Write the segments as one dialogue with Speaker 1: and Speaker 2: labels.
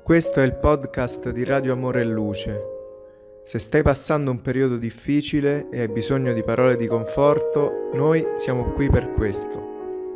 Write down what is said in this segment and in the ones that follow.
Speaker 1: Questo è il podcast di Radio Amore e Luce. Se stai passando un periodo difficile e hai bisogno di parole di conforto, noi siamo qui per questo.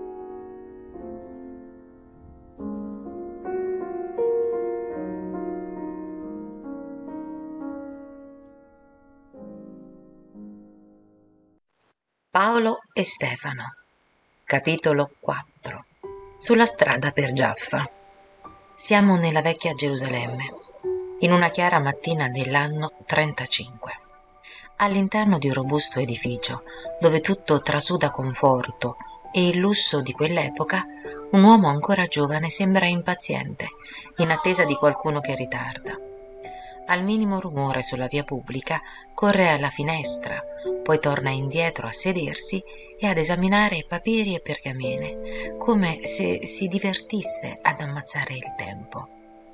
Speaker 2: Paolo e Stefano, capitolo 4. Sulla strada per Giaffa. Siamo nella vecchia Gerusalemme, in una chiara mattina dell'anno 35. All'interno di un robusto edificio, dove tutto trasuda conforto e il lusso di quell'epoca, un uomo ancora giovane sembra impaziente, in attesa di qualcuno che ritarda. Al minimo rumore sulla via pubblica corre alla finestra, poi torna indietro a sedersi e ad esaminare papiri e pergamene, come se si divertisse ad ammazzare il tempo.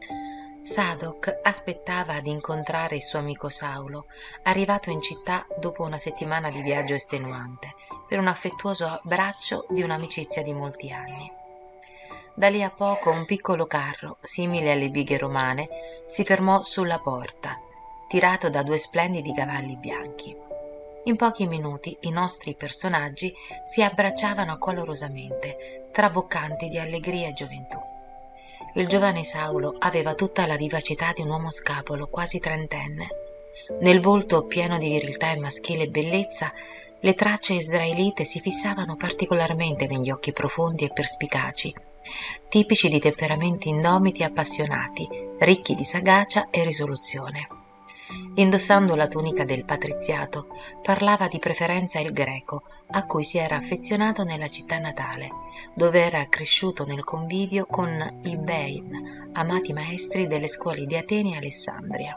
Speaker 2: Sadok aspettava ad incontrare il suo amico Saulo, arrivato in città dopo una settimana di viaggio estenuante, per un affettuoso abbraccio di un'amicizia di molti anni. Da lì a poco un piccolo carro, simile alle bighe romane, si fermò sulla porta, tirato da due splendidi cavalli bianchi. In pochi minuti i nostri personaggi si abbracciavano calorosamente, traboccanti di allegria e gioventù. Il giovane Saulo aveva tutta la vivacità di un uomo scapolo, quasi trentenne. Nel volto pieno di viriltà e maschile bellezza, le tracce israelite si fissavano particolarmente negli occhi profondi e perspicaci, tipici di temperamenti indomiti e appassionati, ricchi di sagacia e risoluzione. Indossando la tunica del patriziato, parlava di preferenza il greco, a cui si era affezionato nella città natale, dove era cresciuto nel convivio con i Bein, amati maestri delle scuole di Atene e Alessandria.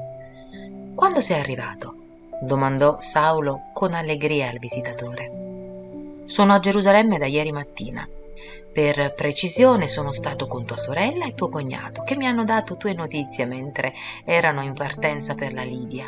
Speaker 2: «Quando sei arrivato?» domandò Saulo con allegria al visitatore. «Sono a Gerusalemme da ieri mattina. Per precisione sono stato con tua sorella e tuo cognato, che mi hanno dato tue notizie mentre erano in partenza per la Lidia.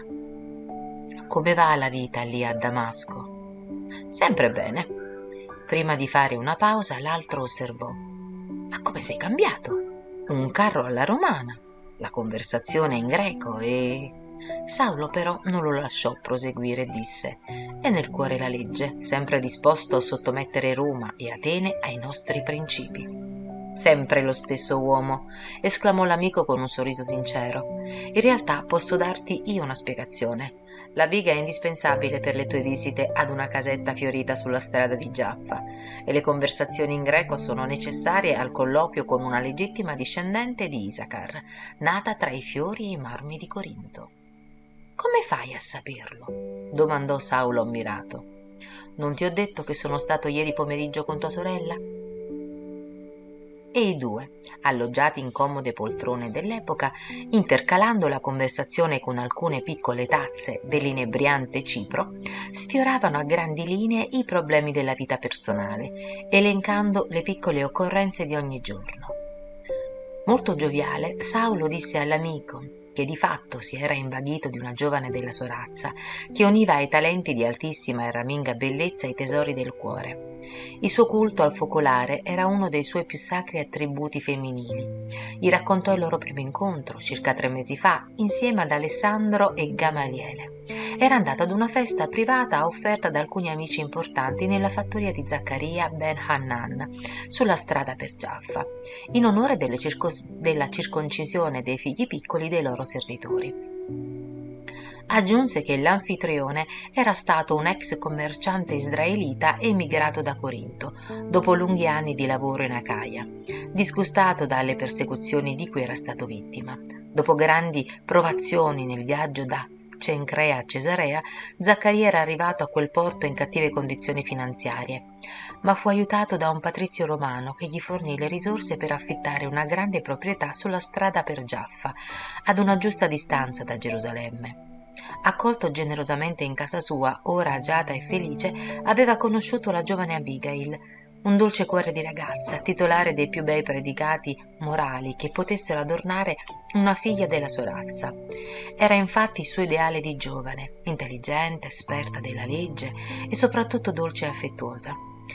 Speaker 2: Come va la vita lì a Damasco?» «Sempre bene». Prima di fare una pausa l'altro osservò: «Ma come sei cambiato? Un carro alla romana, la conversazione in greco e...» Saulo però non lo lasciò proseguire e disse: «È nel cuore la legge, sempre disposto a sottomettere Roma e Atene ai nostri principi». «Sempre lo stesso uomo», esclamò l'amico con un sorriso sincero. «In realtà posso darti io una spiegazione. La biga è indispensabile per le tue visite ad una casetta fiorita sulla strada di Giaffa, e le conversazioni in greco sono necessarie al colloquio con una legittima discendente di Isacar, nata tra i fiori e i marmi di Corinto». «Come fai a saperlo?» domandò Saulo ammirato. «Non ti ho detto che sono stato ieri pomeriggio con tua sorella?» E i due, alloggiati in comode poltrone dell'epoca, intercalando la conversazione con alcune piccole tazze dell'inebriante cipro, sfioravano a grandi linee i problemi della vita personale, elencando le piccole occorrenze di ogni giorno. Molto gioviale, Saulo disse all'amico, che di fatto si era invaghito di una giovane della sua razza, che univa ai talenti di altissima e raminga bellezza i tesori del cuore. Il suo culto al focolare era uno dei suoi più sacri attributi femminili. Gli raccontò il loro primo incontro, circa 3 mesi fa, insieme ad Alessandro e Gamaliele. Era andato ad una festa privata offerta da alcuni amici importanti nella fattoria di Zaccaria ben Hannan, sulla strada per Giaffa, in onore della circoncisione dei figli piccoli dei loro servitori. Aggiunse che l'anfitrione era stato un ex commerciante israelita emigrato da Corinto, dopo lunghi anni di lavoro in Acaia, disgustato dalle persecuzioni di cui era stato vittima. Dopo grandi provazioni nel viaggio da Cencrea a Cesarea, Zaccaria era arrivato a quel porto in cattive condizioni finanziarie, ma fu aiutato da un patrizio romano che gli fornì le risorse per affittare una grande proprietà sulla strada per Giaffa, ad una giusta distanza da Gerusalemme. Accolto generosamente in casa sua, ora agiata e felice, aveva conosciuto la giovane Abigail, un dolce cuore di ragazza, titolare dei più bei predicati morali che potessero adornare una figlia della sua razza. Era infatti il suo ideale di giovane, intelligente, esperta della legge e soprattutto dolce e affettuosa.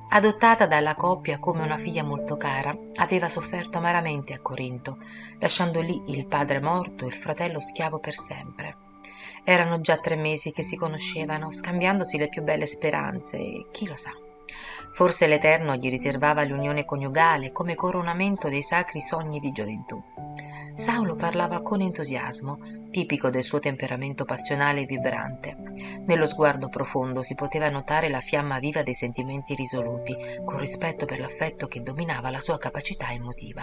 Speaker 2: Adottata dalla coppia come una figlia molto cara, aveva sofferto amaramente a Corinto, lasciando lì il padre morto e il fratello schiavo per sempre. Erano già 3 mesi che si conoscevano, scambiandosi le più belle speranze e chi lo sa. Forse l'Eterno gli riservava l'unione coniugale come coronamento dei sacri sogni di gioventù. Saulo parlava con entusiasmo, tipico del suo temperamento passionale e vibrante. Nello sguardo profondo si poteva notare la fiamma viva dei sentimenti risoluti, con rispetto per l'affetto che dominava la sua capacità emotiva.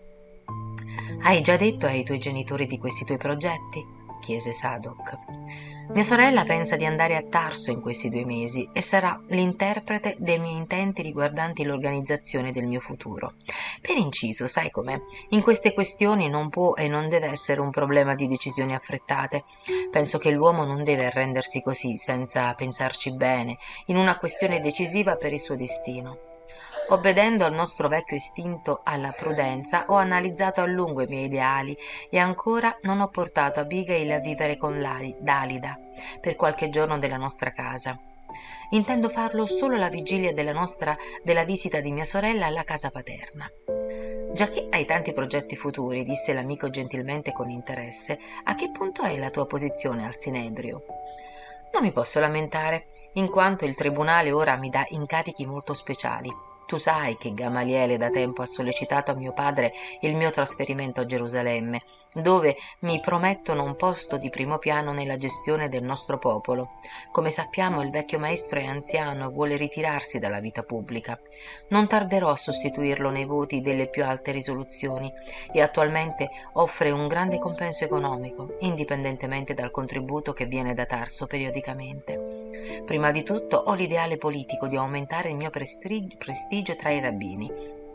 Speaker 2: «Hai già detto ai tuoi genitori di questi tuoi progetti?» chiese Sadok. «Mia sorella pensa di andare a Tarso in questi 2 mesi e sarà l'interprete dei miei intenti riguardanti l'organizzazione del mio futuro. Per inciso, sai com'è, in queste questioni non può e non deve essere un problema di decisioni affrettate. Penso che l'uomo non deve arrendersi così, senza pensarci bene, in una questione decisiva per il suo destino. Obbedendo al nostro vecchio istinto alla prudenza, ho analizzato a lungo i miei ideali e ancora non ho portato Abigail a vivere con Dalida per qualche giorno della nostra casa. Intendo farlo solo alla vigilia della visita di mia sorella alla casa paterna. Giacché hai tanti progetti futuri, disse l'amico gentilmente con interesse, a che punto è la tua posizione al Sinedrio? Non mi posso lamentare, in quanto il tribunale ora mi dà incarichi molto speciali. Tu sai che Gamaliele da tempo ha sollecitato a mio padre il mio trasferimento a Gerusalemme, dove mi promettono un posto di primo piano nella gestione del nostro popolo. Come sappiamo, il vecchio maestro è anziano e vuole ritirarsi dalla vita pubblica. Non tarderò a sostituirlo nei voti delle più alte risoluzioni e attualmente offre un grande compenso economico, indipendentemente dal contributo che viene da Tarso periodicamente. Prima di tutto ho l'ideale politico di aumentare il mio prestigio tra i rabbini.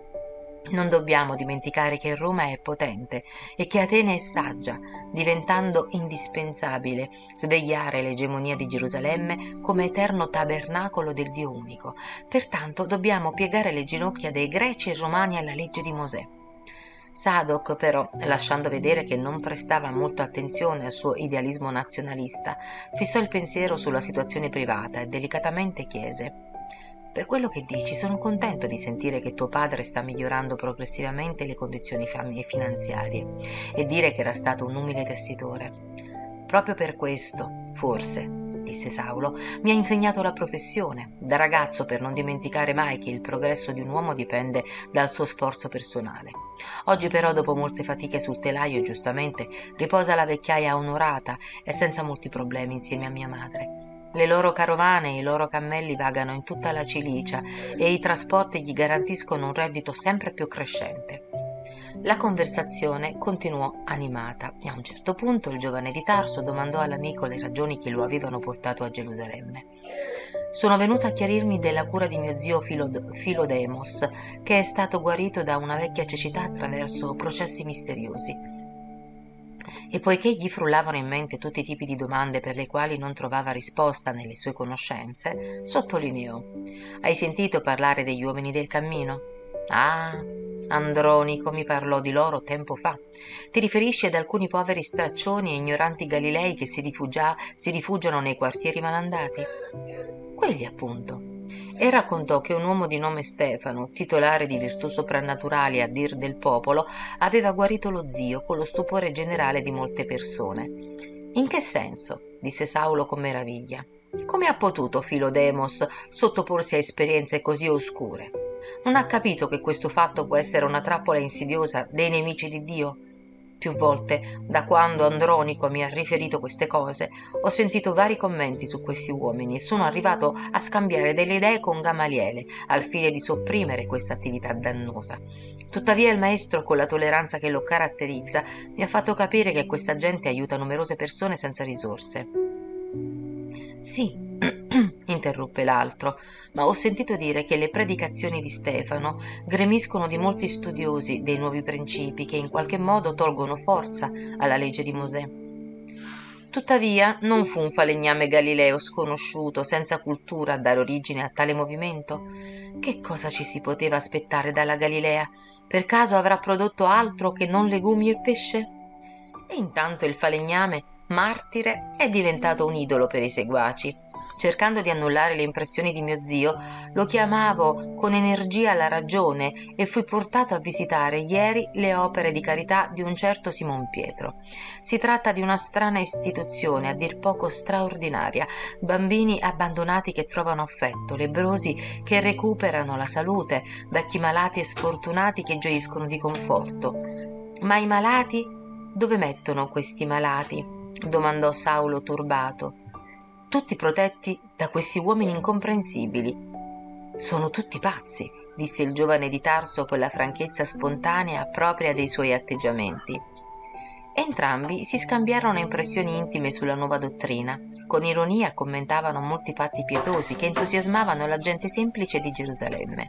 Speaker 2: Non dobbiamo dimenticare che Roma è potente e che Atene è saggia, diventando indispensabile svegliare l'egemonia di Gerusalemme come eterno tabernacolo del Dio unico. Pertanto dobbiamo piegare le ginocchia dei greci e romani alla legge di Mosè. Sadok, però, lasciando vedere che non prestava molta attenzione al suo idealismo nazionalista, fissò il pensiero sulla situazione privata e delicatamente chiese: «Per quello che dici, sono contento di sentire che tuo padre sta migliorando progressivamente le condizioni finanziarie e dire che era stato un umile tessitore. Proprio per questo, forse, disse Saulo, mi ha insegnato la professione, da ragazzo, per non dimenticare mai che il progresso di un uomo dipende dal suo sforzo personale. Oggi però, dopo molte fatiche sul telaio, giustamente, riposa la vecchiaia onorata e senza molti problemi insieme a mia madre. Le loro carovane e i loro cammelli vagano in tutta la Cilicia e i trasporti gli garantiscono un reddito sempre più crescente». La conversazione continuò animata e a un certo punto il giovane di Tarso domandò all'amico le ragioni che lo avevano portato a Gerusalemme. «Sono venuto a chiarirmi della cura di mio zio Filodemos, che è stato guarito da una vecchia cecità attraverso processi misteriosi». E poiché gli frullavano in mente tutti i tipi di domande per le quali non trovava risposta nelle sue conoscenze, sottolineò: «Hai sentito parlare degli uomini del cammino?» «Ah, Andronico mi parlò di loro tempo fa. Ti riferisci ad alcuni poveri straccioni e ignoranti Galilei che si rifugiano nei quartieri malandati?» «Quelli, appunto». E raccontò che un uomo di nome Stefano, titolare di virtù soprannaturali a dir del popolo, aveva guarito lo zio con lo stupore generale di molte persone. «In che senso?» disse Saulo con meraviglia. «Come ha potuto Filodemos sottoporsi a esperienze così oscure? Non ha capito che questo fatto può essere una trappola insidiosa dei nemici di Dio? Più volte, da quando Andronico mi ha riferito queste cose, ho sentito vari commenti su questi uomini e sono arrivato a scambiare delle idee con Gamaliele al fine di sopprimere questa attività dannosa. Tuttavia il maestro, con la tolleranza che lo caratterizza, mi ha fatto capire che questa gente aiuta numerose persone senza risorse». «Sì», interruppe l'altro, «ma ho sentito dire che le predicazioni di Stefano gremiscono di molti studiosi dei nuovi principi che in qualche modo tolgono forza alla legge di Mosè». Tuttavia non fu un falegname galileo sconosciuto, senza cultura, a dare origine a tale movimento. Che cosa ci si poteva aspettare dalla Galilea? Per caso avrà prodotto altro che non legumi e pesce? E intanto il falegname martire, è diventato un idolo per i seguaci. Cercando di annullare le impressioni di mio zio, lo chiamavo con energia alla ragione e fui portato a visitare ieri le opere di carità di un certo Simon Pietro. Si tratta di una strana istituzione, a dir poco straordinaria, bambini abbandonati che trovano affetto, lebbrosi che recuperano la salute, vecchi malati e sfortunati che gioiscono di conforto. Ma i malati? Dove mettono questi malati? Domandò Saulo turbato. Tutti protetti da questi uomini incomprensibili. Sono tutti pazzi, disse il giovane di Tarso con la franchezza spontanea propria dei suoi atteggiamenti. Entrambi si scambiarono impressioni intime sulla nuova dottrina. Con ironia commentavano molti fatti pietosi che entusiasmavano la gente semplice di Gerusalemme.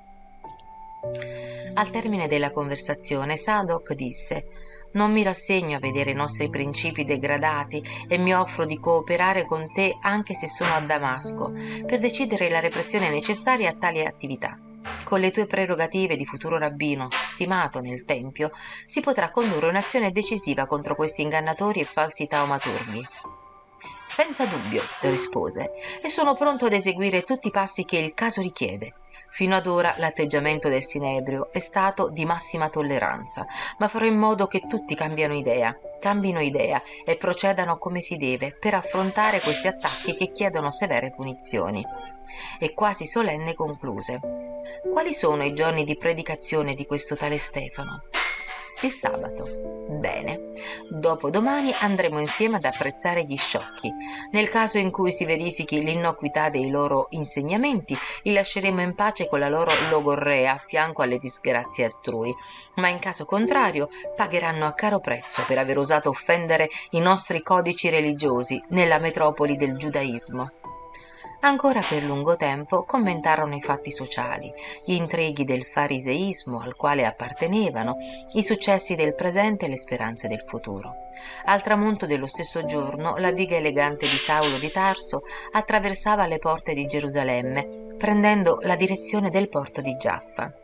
Speaker 2: Al termine della conversazione, Sadoc disse: «Non mi rassegno a vedere i nostri principi degradati e mi offro di cooperare con te anche se sono a Damasco, per decidere la repressione necessaria a tali attività. Con le tue prerogative di futuro rabbino, stimato nel Tempio, si potrà condurre un'azione decisiva contro questi ingannatori e falsi taumaturghi». «Senza dubbio», rispose, «e sono pronto ad eseguire tutti i passi che il caso richiede. Fino ad ora l'atteggiamento del Sinedrio è stato di massima tolleranza, ma farò in modo che tutti cambino idea e procedano come si deve per affrontare questi attacchi che chiedono severe punizioni». E quasi solenne concluse: «Quali sono i giorni di predicazione di questo tale Stefano?» «Il sabato». «Bene, dopodomani andremo insieme ad apprezzare gli sciocchi. Nel caso in cui si verifichi l'innocuità dei loro insegnamenti, li lasceremo in pace con la loro logorrea a fianco alle disgrazie altrui, ma in caso contrario pagheranno a caro prezzo per aver osato offendere i nostri codici religiosi nella metropoli del giudaismo». Ancora per lungo tempo commentarono i fatti sociali, gli intrighi del fariseismo al quale appartenevano, i successi del presente e le speranze del futuro. Al tramonto dello stesso giorno la biga elegante di Saulo di Tarso attraversava le porte di Gerusalemme, prendendo la direzione del porto di Giaffa.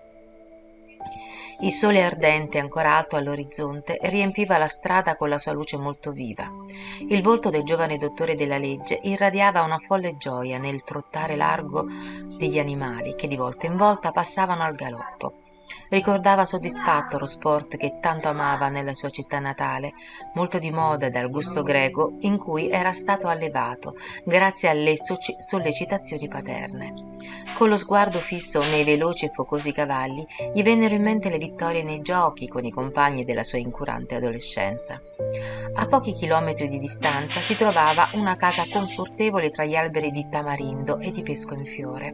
Speaker 2: Il sole ardente, ancora alto all'orizzonte, riempiva la strada con la sua luce molto viva. Il volto del giovane dottore della legge irradiava una folle gioia nel trottare largo degli animali che di volta in volta passavano al galoppo. Ricordava soddisfatto lo sport che tanto amava nella sua città natale, molto di moda e dal gusto greco in cui era stato allevato, grazie alle sollecitazioni paterne. Con lo sguardo fisso nei veloci e focosi cavalli, gli vennero in mente le vittorie nei giochi con i compagni della sua incurante adolescenza. A pochi chilometri di distanza si trovava una casa confortevole tra gli alberi di tamarindo e di pesco in fiore.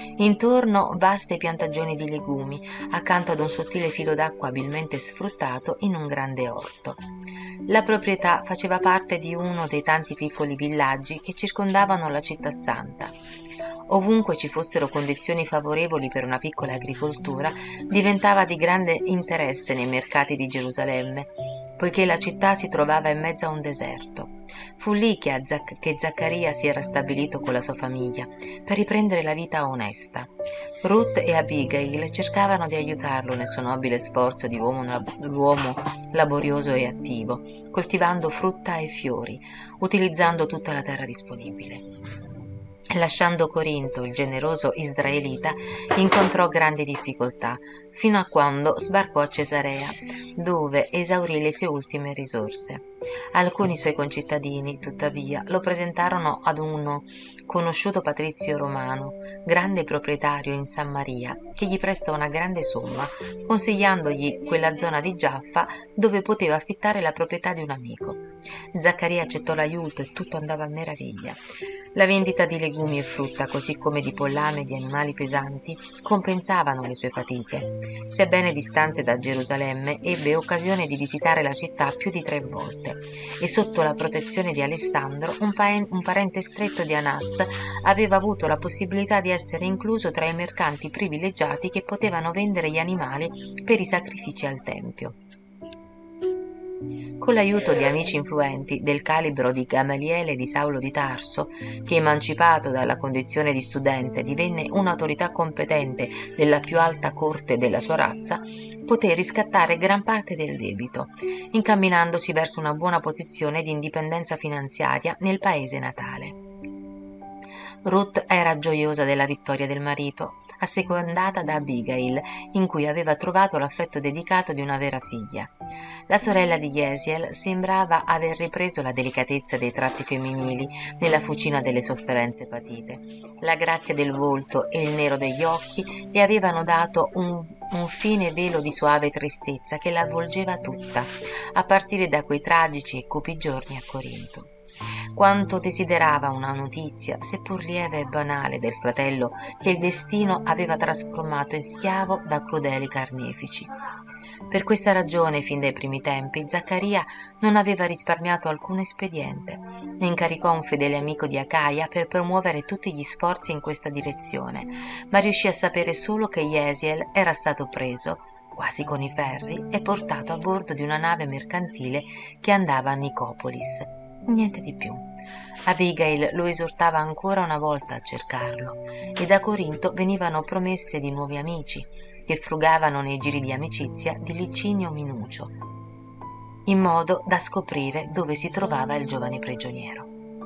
Speaker 2: Intorno vaste piantagioni di legumi, accanto ad un sottile filo d'acqua abilmente sfruttato in un grande orto. La proprietà faceva parte di uno dei tanti piccoli villaggi che circondavano la città santa. Ovunque ci fossero condizioni favorevoli per una piccola agricoltura, diventava di grande interesse nei mercati di Gerusalemme, poiché la città si trovava in mezzo a un deserto. Fu lì che Zaccaria si era stabilito con la sua famiglia, per riprendere la vita onesta. Ruth e Abigail cercavano di aiutarlo nel suo nobile sforzo di uomo laborioso e attivo, coltivando frutta e fiori, utilizzando tutta la terra disponibile. Lasciando Corinto, il generoso israelita incontrò grandi difficoltà, fino a quando sbarcò a Cesarea, dove esaurì le sue ultime risorse. Alcuni suoi concittadini, tuttavia, lo presentarono ad uno conosciuto patrizio romano, grande proprietario in Sammaria, che gli prestò una grande somma, consigliandogli quella zona di Giaffa dove poteva affittare la proprietà di un amico. Zaccaria accettò l'aiuto e tutto andava a meraviglia. La vendita di legumi e frutta, così come di pollame e di animali pesanti, compensavano le sue fatiche. Sebbene distante da Gerusalemme, ebbe occasione di visitare la città più di 3 volte e sotto la protezione di Alessandro, un parente stretto di Anas, aveva avuto la possibilità di essere incluso tra i mercanti privilegiati che potevano vendere gli animali per i sacrifici al Tempio. Con l'aiuto di amici influenti del calibro di Gamaliele e di Saulo di Tarso, che emancipato dalla condizione di studente divenne un'autorità competente della più alta corte della sua razza, poté riscattare gran parte del debito, incamminandosi verso una buona posizione di indipendenza finanziaria nel paese natale. Ruth era gioiosa della vittoria del marito, assecondata da Abigail, in cui aveva trovato l'affetto dedicato di una vera figlia. La sorella di Jesiel sembrava aver ripreso la delicatezza dei tratti femminili nella fucina delle sofferenze patite. La grazia del volto e il nero degli occhi le avevano dato un fine velo di suave tristezza che la avvolgeva tutta, a partire da quei tragici e cupi giorni a Corinto. Quanto desiderava una notizia, seppur lieve e banale, del fratello che il destino aveva trasformato in schiavo da crudeli carnefici. Per questa ragione, fin dai primi tempi, Zaccaria non aveva risparmiato alcun espediente. Ne incaricò un fedele amico di Acaia per promuovere tutti gli sforzi in questa direzione, ma riuscì a sapere solo che Jesiel era stato preso, quasi con i ferri, e portato a bordo di una nave mercantile che andava a Nicopolis. Niente di più. Abigail lo esortava ancora una volta a cercarlo, e da Corinto venivano promesse di nuovi amici, che frugavano nei giri di amicizia di Licinio Minucio, in modo da scoprire dove si trovava il giovane prigioniero.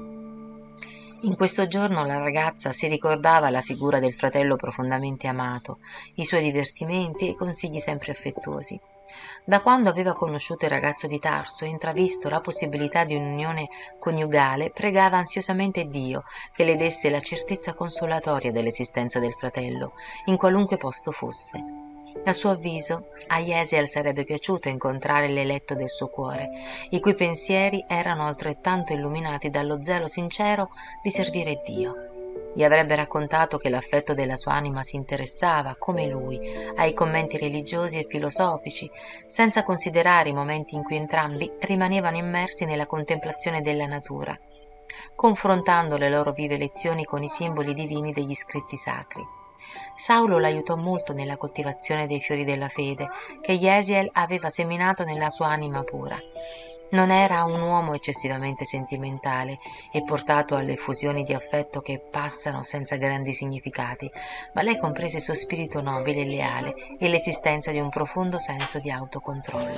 Speaker 2: In questo giorno la ragazza si ricordava la figura del fratello profondamente amato, i suoi divertimenti e i consigli sempre affettuosi. Da quando aveva conosciuto il ragazzo di Tarso e intravisto la possibilità di un'unione coniugale, pregava ansiosamente Dio che le desse la certezza consolatoria dell'esistenza del fratello, in qualunque posto fosse. A suo avviso, a Jesiel sarebbe piaciuto incontrare l'eletto del suo cuore, i cui pensieri erano altrettanto illuminati dallo zelo sincero di servire Dio. Gli avrebbe raccontato che l'affetto della sua anima si interessava, come lui, ai commenti religiosi e filosofici, senza considerare i momenti in cui entrambi rimanevano immersi nella contemplazione della natura, confrontando le loro vive lezioni con i simboli divini degli scritti sacri. Saulo l'aiutò molto nella coltivazione dei fiori della fede che Jesiel aveva seminato nella sua anima pura. Non era un uomo eccessivamente sentimentale e portato alle effusioni di affetto che passano senza grandi significati, ma lei comprese il suo spirito nobile e leale e l'esistenza di un profondo senso di autocontrollo.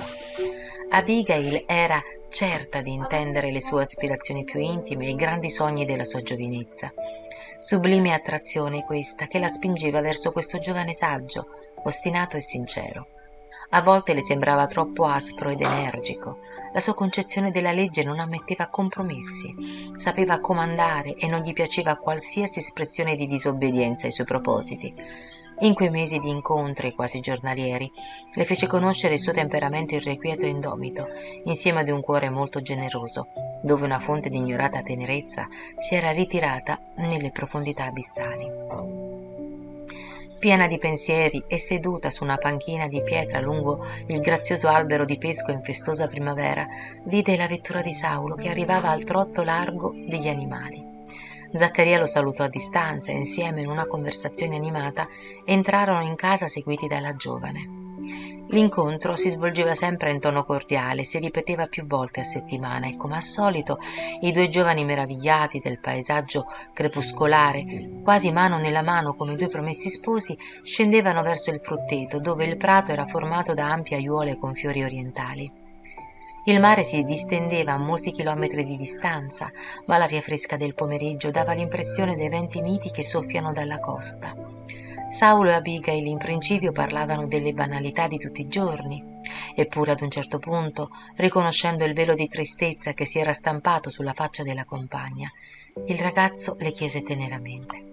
Speaker 2: Abigail era certa di intendere le sue aspirazioni più intime e i grandi sogni della sua giovinezza. Sublime attrazione questa che la spingeva verso questo giovane saggio, ostinato e sincero. A volte le sembrava troppo aspro ed energico. La sua concezione della legge non ammetteva compromessi. Sapeva comandare e non gli piaceva qualsiasi espressione di disobbedienza ai suoi propositi. In quei mesi di incontri quasi giornalieri le fece conoscere il suo temperamento irrequieto e indomito, insieme ad un cuore molto generoso, dove una fonte di ignorata tenerezza si era ritirata nelle profondità abissali. Piena di pensieri e seduta su una panchina di pietra lungo il grazioso albero di pesco in festosa primavera, vide la vettura di Saulo che arrivava al trotto largo degli animali. Zaccaria lo salutò a distanza e insieme, in una conversazione animata, entrarono in casa seguiti dalla giovane. L'incontro si svolgeva sempre in tono cordiale, si ripeteva più volte a settimana e, come al solito, i due giovani meravigliati del paesaggio crepuscolare, quasi mano nella mano come due promessi sposi, scendevano verso il frutteto, dove il prato era formato da ampie aiuole con fiori orientali. Il mare si distendeva a molti chilometri di distanza, ma l'aria fresca del pomeriggio dava l'impressione dei venti miti che soffiano dalla costa. Saulo e Abigail in principio parlavano delle banalità di tutti i giorni, eppure ad un certo punto, riconoscendo il velo di tristezza che si era stampato sulla faccia della compagna, il ragazzo le chiese teneramente: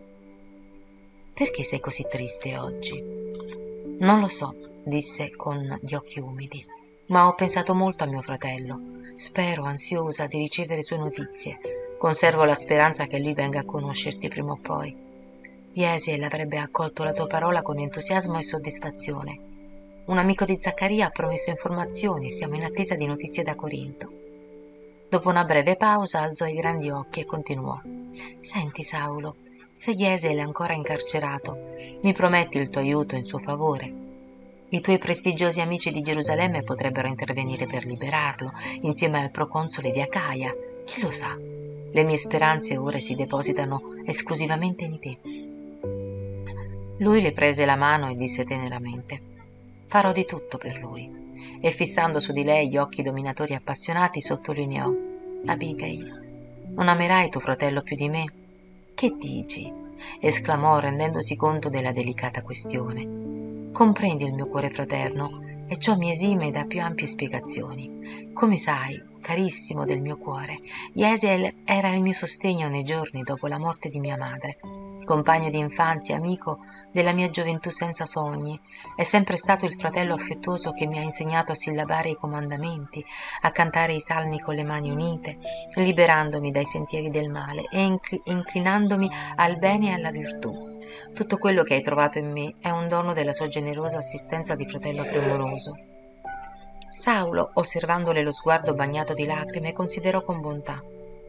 Speaker 2: «Perché sei così triste oggi?» «Non lo so», disse con gli occhi umidi, «ma ho pensato molto a mio fratello. Spero, ansiosa, di ricevere sue notizie. Conservo la speranza che lui venga a conoscerti prima o poi. Jesiel avrebbe accolto la tua parola con entusiasmo e soddisfazione. Un amico di Zaccaria ha promesso informazioni e siamo in attesa di notizie da Corinto». Dopo una breve pausa alzò i grandi occhi e continuò: «Senti, Saulo, se Jesiel è ancora incarcerato, mi prometti il tuo aiuto in suo favore?» I tuoi prestigiosi amici di Gerusalemme potrebbero intervenire per liberarlo, insieme al proconsole di Acaia. Chi lo sa? Le mie speranze ora si depositano esclusivamente in te. Lui le prese la mano e disse teneramente: farò di tutto per lui. E fissando su di lei gli occhi dominatori e appassionati, sottolineò: Abigail, non amerai tuo fratello più di me? Che dici? Esclamò rendendosi conto della delicata questione. Comprendi il mio cuore fraterno e ciò mi esime da più ampie spiegazioni. Come sai, carissimo del mio cuore, Jesiel era il mio sostegno nei giorni dopo la morte di mia madre, compagno di infanzia, amico della mia gioventù senza sogni. È sempre stato il fratello affettuoso che mi ha insegnato a sillabare i comandamenti, a cantare i salmi con le mani unite, liberandomi dai sentieri del male e inclinandomi al bene e alla virtù. Tutto quello che hai trovato in me è un dono della sua generosa assistenza di fratello premuroso. Saulo, osservandole lo sguardo bagnato di lacrime, considerò con bontà: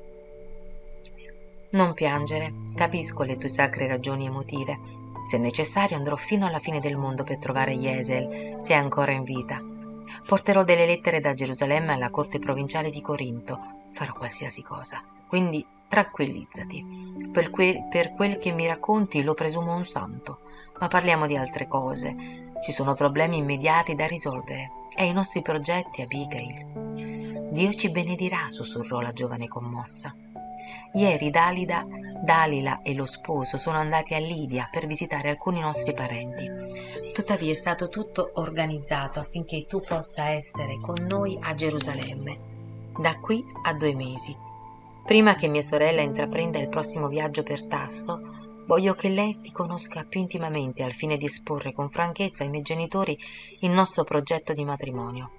Speaker 2: non piangere, capisco le tue sacre ragioni emotive. Se necessario andrò fino alla fine del mondo per trovare Jesiel, se è ancora in vita. Porterò delle lettere da Gerusalemme alla corte provinciale di Corinto. Farò qualsiasi cosa. Quindi tranquillizzati. Per quel che mi racconti lo presumo un santo. Ma parliamo di altre cose. Ci sono problemi immediati da risolvere. E i nostri progetti, Abigail. Dio ci benedirà, sussurrò la giovane commossa. Ieri Dalila e lo sposo sono andati a Lidia per visitare alcuni nostri parenti. Tuttavia è stato tutto organizzato affinché tu possa essere con noi a Gerusalemme, da qui a 2 mesi. Prima che mia sorella intraprenda il prossimo viaggio per Tasso, voglio che lei ti conosca più intimamente al fine di esporre con franchezza ai miei genitori il nostro progetto di matrimonio.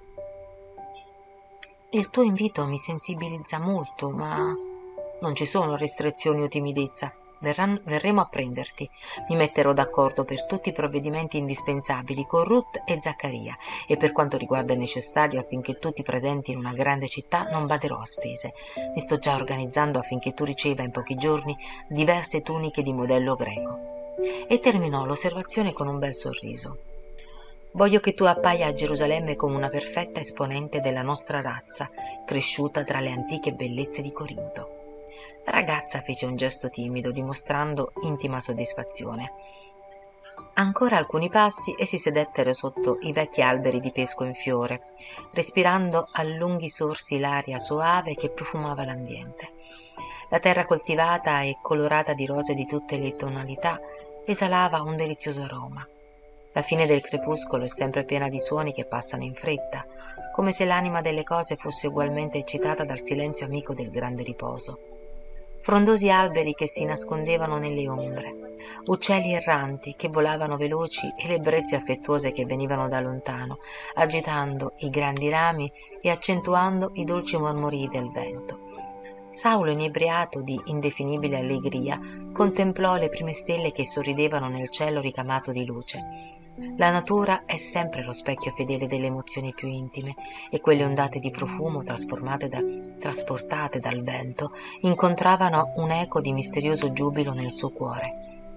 Speaker 2: Il tuo invito mi sensibilizza molto, ma non ci sono restrizioni o timidezza. Verremo a prenderti. Mi metterò d'accordo per tutti i provvedimenti indispensabili con Ruth e Zaccaria, e per quanto riguarda il necessario affinché tu ti presenti in una grande città non baderò a spese. Mi sto già organizzando affinché tu riceva in pochi giorni diverse tuniche di modello greco. E terminò l'osservazione con un bel sorriso. Voglio che tu appaia a Gerusalemme come una perfetta esponente della nostra razza, cresciuta tra le antiche bellezze di Corinto. La ragazza fece un gesto timido, dimostrando intima soddisfazione. Ancora alcuni passi e si sedettero sotto i vecchi alberi di pesco in fiore, respirando a lunghi sorsi l'aria soave che profumava l'ambiente. La terra coltivata e colorata di rose di tutte le tonalità esalava un delizioso aroma. La fine del crepuscolo è sempre piena di suoni che passano in fretta, come se l'anima delle cose fosse ugualmente eccitata dal silenzio amico del grande riposo. Frondosi alberi che si nascondevano nelle ombre, uccelli erranti che volavano veloci e le brezze affettuose che venivano da lontano, agitando i grandi rami e accentuando i dolci mormorii del vento. Saulo, inebriato di indefinibile allegria, contemplò le prime stelle che sorridevano nel cielo ricamato di luce. La natura è sempre lo specchio fedele delle emozioni più intime, e quelle ondate di profumo trasportate dal vento incontravano un eco di misterioso giubilo nel suo cuore.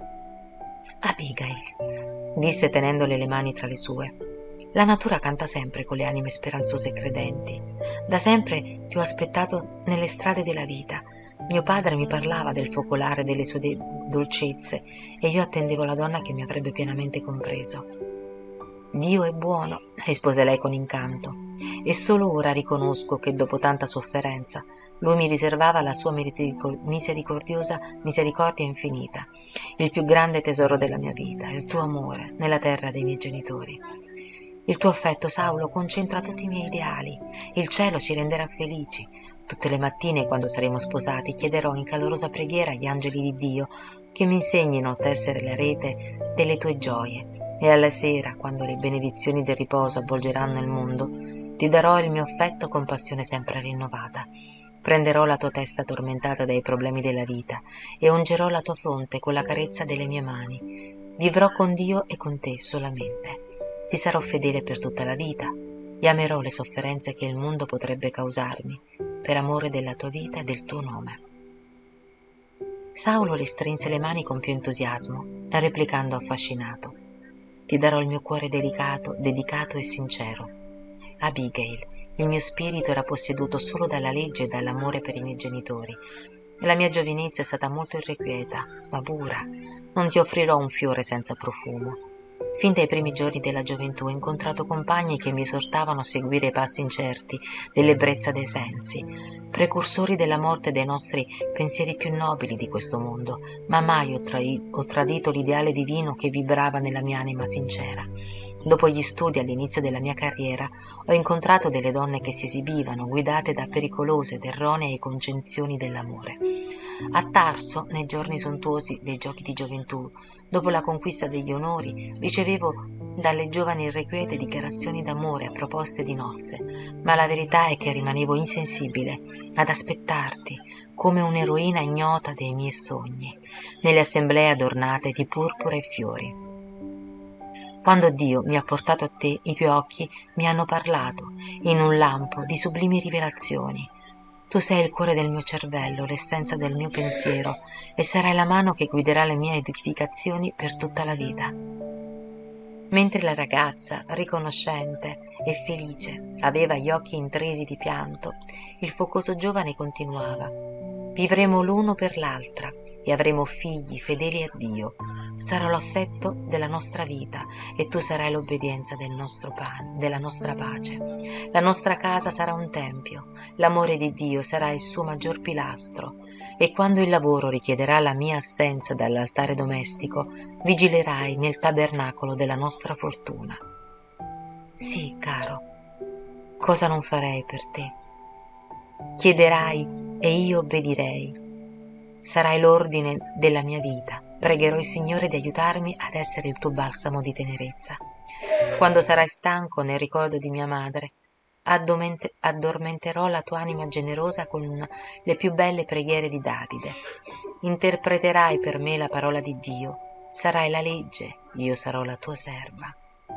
Speaker 2: Abigail, disse tenendole le mani tra le sue, la natura canta sempre con le anime speranzose e credenti. Da sempre ti ho aspettato nelle strade della vita. Mio padre mi parlava del focolare delle sue dolcezze e io attendevo la donna che mi avrebbe pienamente compreso. Dio è buono, rispose lei con incanto, e solo ora riconosco che dopo tanta sofferenza lui mi riservava la sua misericordia infinita, il più grande tesoro della mia vita, il tuo amore nella terra dei miei genitori. Il tuo affetto, Saulo, concentra tutti i miei ideali. Il cielo ci renderà felici. Tutte le mattine, quando saremo sposati, chiederò in calorosa preghiera agli angeli di Dio che mi insegnino a tessere la rete delle tue gioie. E alla sera, quando le benedizioni del riposo avvolgeranno il mondo, ti darò il mio affetto con passione sempre rinnovata. Prenderò la tua testa tormentata dai problemi della vita e ungerò la tua fronte con la carezza delle mie mani. Vivrò con Dio e con te solamente. Ti sarò fedele per tutta la vita e amerò le sofferenze che il mondo potrebbe causarmi per amore della tua vita e del tuo nome. Saulo le strinse le mani con più entusiasmo, replicando affascinato: ti darò il mio cuore delicato, dedicato e sincero. Abigail, il mio spirito era posseduto solo dalla legge e dall'amore per i miei genitori. La mia giovinezza è stata molto irrequieta, ma pura. Non ti offrirò un fiore senza profumo. Fin dai primi giorni della gioventù ho incontrato compagni che mi esortavano a seguire i passi incerti dell'ebbrezza dei sensi, precursori della morte dei nostri pensieri più nobili di questo mondo, ma mai ho tradito l'ideale divino che vibrava nella mia anima sincera. Dopo gli studi all'inizio della mia carriera ho incontrato delle donne che si esibivano, guidate da pericolose ed erronee concezioni dell'amore. A Tarso, nei giorni sontuosi dei giochi di gioventù, dopo la conquista degli onori, ricevevo dalle giovani irrequiete dichiarazioni d'amore a proposte di nozze, ma la verità è che rimanevo insensibile ad aspettarti come un'eroina ignota dei miei sogni, nelle assemblee adornate di purpura e fiori. Quando Dio mi ha portato a te, i tuoi occhi mi hanno parlato, in un lampo, di sublimi rivelazioni. Tu sei il cuore del mio cervello, l'essenza del mio pensiero, e sarai la mano che guiderà le mie edificazioni per tutta la vita. Mentre la ragazza, riconoscente e felice, aveva gli occhi intrisi di pianto, il focoso giovane continuava: vivremo l'uno per l'altra e avremo figli fedeli a Dio. Sarò l'assetto della nostra vita e tu sarai l'obbedienza del nostro della nostra pace. La nostra casa sarà un tempio, l'amore di Dio sarà il suo maggior pilastro, e quando il lavoro richiederà la mia assenza dall'altare domestico, vigilerai nel tabernacolo della nostra fortuna. Sì, caro, cosa non farei per te? Chiederai e io obbedirei. Sarai l'ordine della mia vita. Pregherò il Signore di aiutarmi ad essere il tuo balsamo di tenerezza. Quando sarai stanco nel ricordo di mia madre, addormenterò la tua anima generosa con le più belle preghiere di Davide. Interpreterai per me la parola di Dio. Sarai la legge, io sarò la tua serva.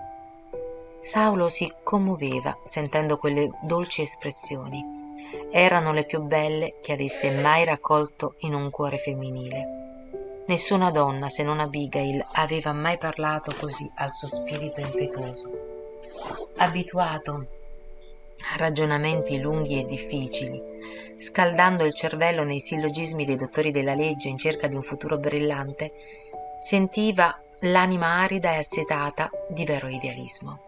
Speaker 2: Saulo si commuoveva sentendo quelle dolci espressioni. Erano le più belle che avesse mai raccolto in un cuore femminile. Nessuna donna, se non Abigail, aveva mai parlato così al suo spirito impetuoso. Abituato a ragionamenti lunghi e difficili, scaldando il cervello nei sillogismi dei dottori della legge in cerca di un futuro brillante, sentiva l'anima arida e assetata di vero idealismo.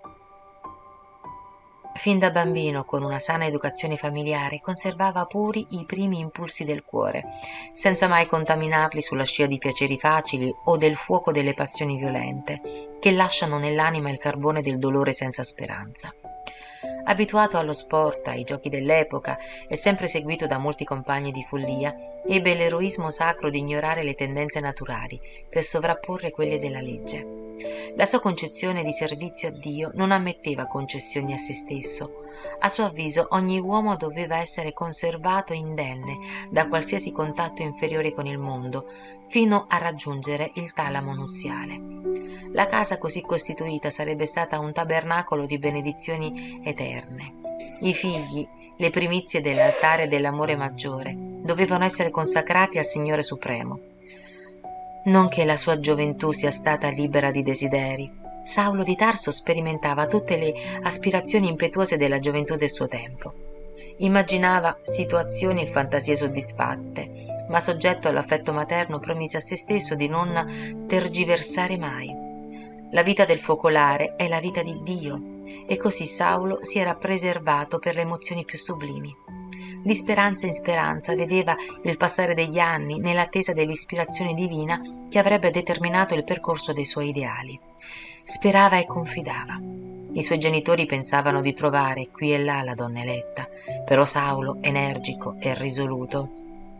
Speaker 2: Fin da bambino, con una sana educazione familiare, conservava puri i primi impulsi del cuore, senza mai contaminarli sulla scia di piaceri facili o del fuoco delle passioni violente, che lasciano nell'anima il carbone del dolore senza speranza. Abituato allo sport, ai giochi dell'epoca e sempre seguito da molti compagni di follia, ebbe l'eroismo sacro di ignorare le tendenze naturali per sovrapporre quelle della legge. La sua concezione di servizio a Dio non ammetteva concessioni a se stesso. A suo avviso ogni uomo doveva essere conservato indenne da qualsiasi contatto inferiore con il mondo, fino a raggiungere il talamo nuziale. La casa così costituita sarebbe stata un tabernacolo di benedizioni eterne. I figli, le primizie dell'altare dell'amore maggiore, dovevano essere consacrati al Signore Supremo. Non che la sua gioventù sia stata libera di desideri. Saulo di Tarso sperimentava tutte le aspirazioni impetuose della gioventù del suo tempo. Immaginava situazioni e fantasie soddisfatte, ma soggetto all'affetto materno promise a se stesso di non tergiversare mai. La vita del focolare è la vita di Dio, e così Saulo si era preservato per le emozioni più sublimi. Di speranza in speranza vedeva il passare degli anni nell'attesa dell'ispirazione divina che avrebbe determinato il percorso dei suoi ideali. Sperava e confidava. I suoi genitori pensavano di trovare qui e là la donna eletta, però Saulo, energico e risoluto,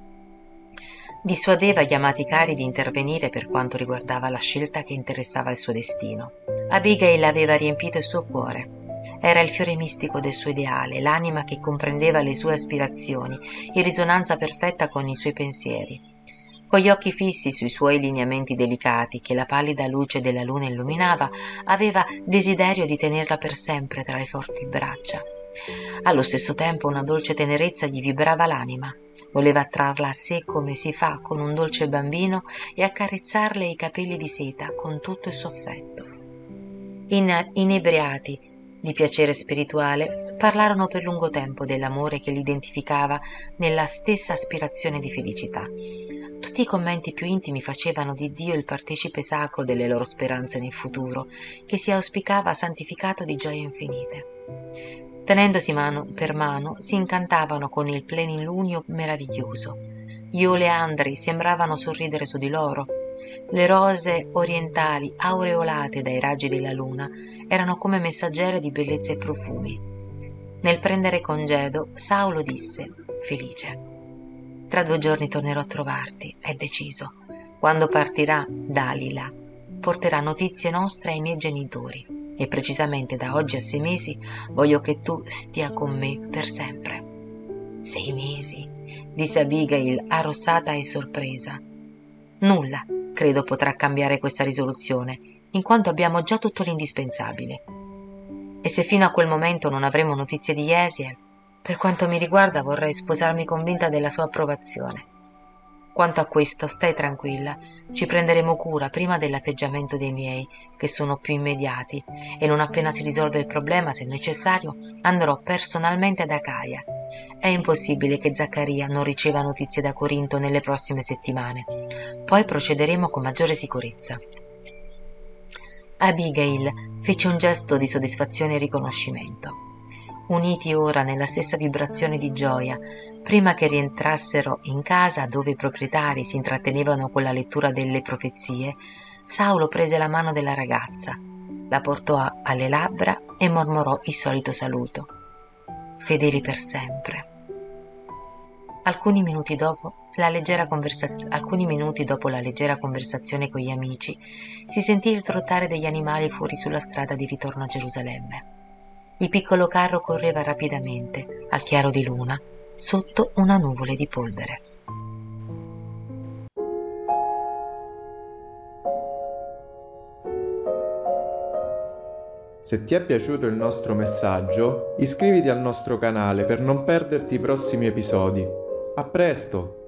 Speaker 2: dissuadeva gli amati cari di intervenire per quanto riguardava la scelta che interessava il suo destino. Abigail aveva riempito il suo cuore. Era il fiore mistico del suo ideale, l'anima che comprendeva le sue aspirazioni, in risonanza perfetta con i suoi pensieri. Con gli occhi fissi sui suoi lineamenti delicati che la pallida luce della luna illuminava, aveva desiderio di tenerla per sempre tra le forti braccia. Allo stesso tempo una dolce tenerezza gli vibrava l'anima. Voleva attrarla a sé come si fa con un dolce bambino e accarezzarle i capelli di seta con tutto il suo affetto. Inebriati di piacere spirituale, parlarono per lungo tempo dell'amore che li identificava nella stessa aspirazione di felicità. Tutti i commenti più intimi facevano di Dio il partecipe sacro delle loro speranze nel futuro, che si auspicava santificato di gioie infinite. Tenendosi mano per mano, si incantavano con il plenilunio meraviglioso. Gli oleandri sembravano sorridere su di loro. Le rose orientali, aureolate dai raggi della luna, erano come messaggere di bellezza e profumi. Nel prendere congedo, Saulo disse, felice: «Tra 2 giorni tornerò a trovarti, è deciso. Quando partirà, Dalila porterà notizie nostre ai miei genitori. E precisamente da oggi a 6 mesi voglio che tu stia con me per sempre». 6 mesi, disse Abigail, arrossata e sorpresa. Nulla, credo, potrà cambiare questa risoluzione, in quanto abbiamo già tutto l'indispensabile. E se fino a quel momento non avremo notizie di Jesiel, per quanto mi riguarda vorrei sposarmi convinta della sua approvazione. Quanto a questo, stai tranquilla, ci prenderemo cura prima dell'atteggiamento dei miei, che sono più immediati, e non appena si risolve il problema, se necessario, andrò personalmente ad Acaia. È impossibile che Zaccaria non riceva notizie da Corinto nelle prossime settimane. Poi procederemo con maggiore sicurezza. Abigail fece un gesto di soddisfazione e riconoscimento. Uniti ora nella stessa vibrazione di gioia, prima che rientrassero in casa dove i proprietari si intrattenevano con la lettura delle profezie, Saulo prese la mano della ragazza, la portò alle labbra e mormorò il solito saluto. Fedeli per sempre. Alcuni minuti dopo la leggera conversazione con gli amici, si sentì il trottare degli animali fuori sulla strada di ritorno a Gerusalemme. Il piccolo carro correva rapidamente, al chiaro di luna, sotto una nuvole di polvere.
Speaker 1: Se ti è piaciuto il nostro messaggio, iscriviti al nostro canale per non perderti i prossimi episodi. A presto!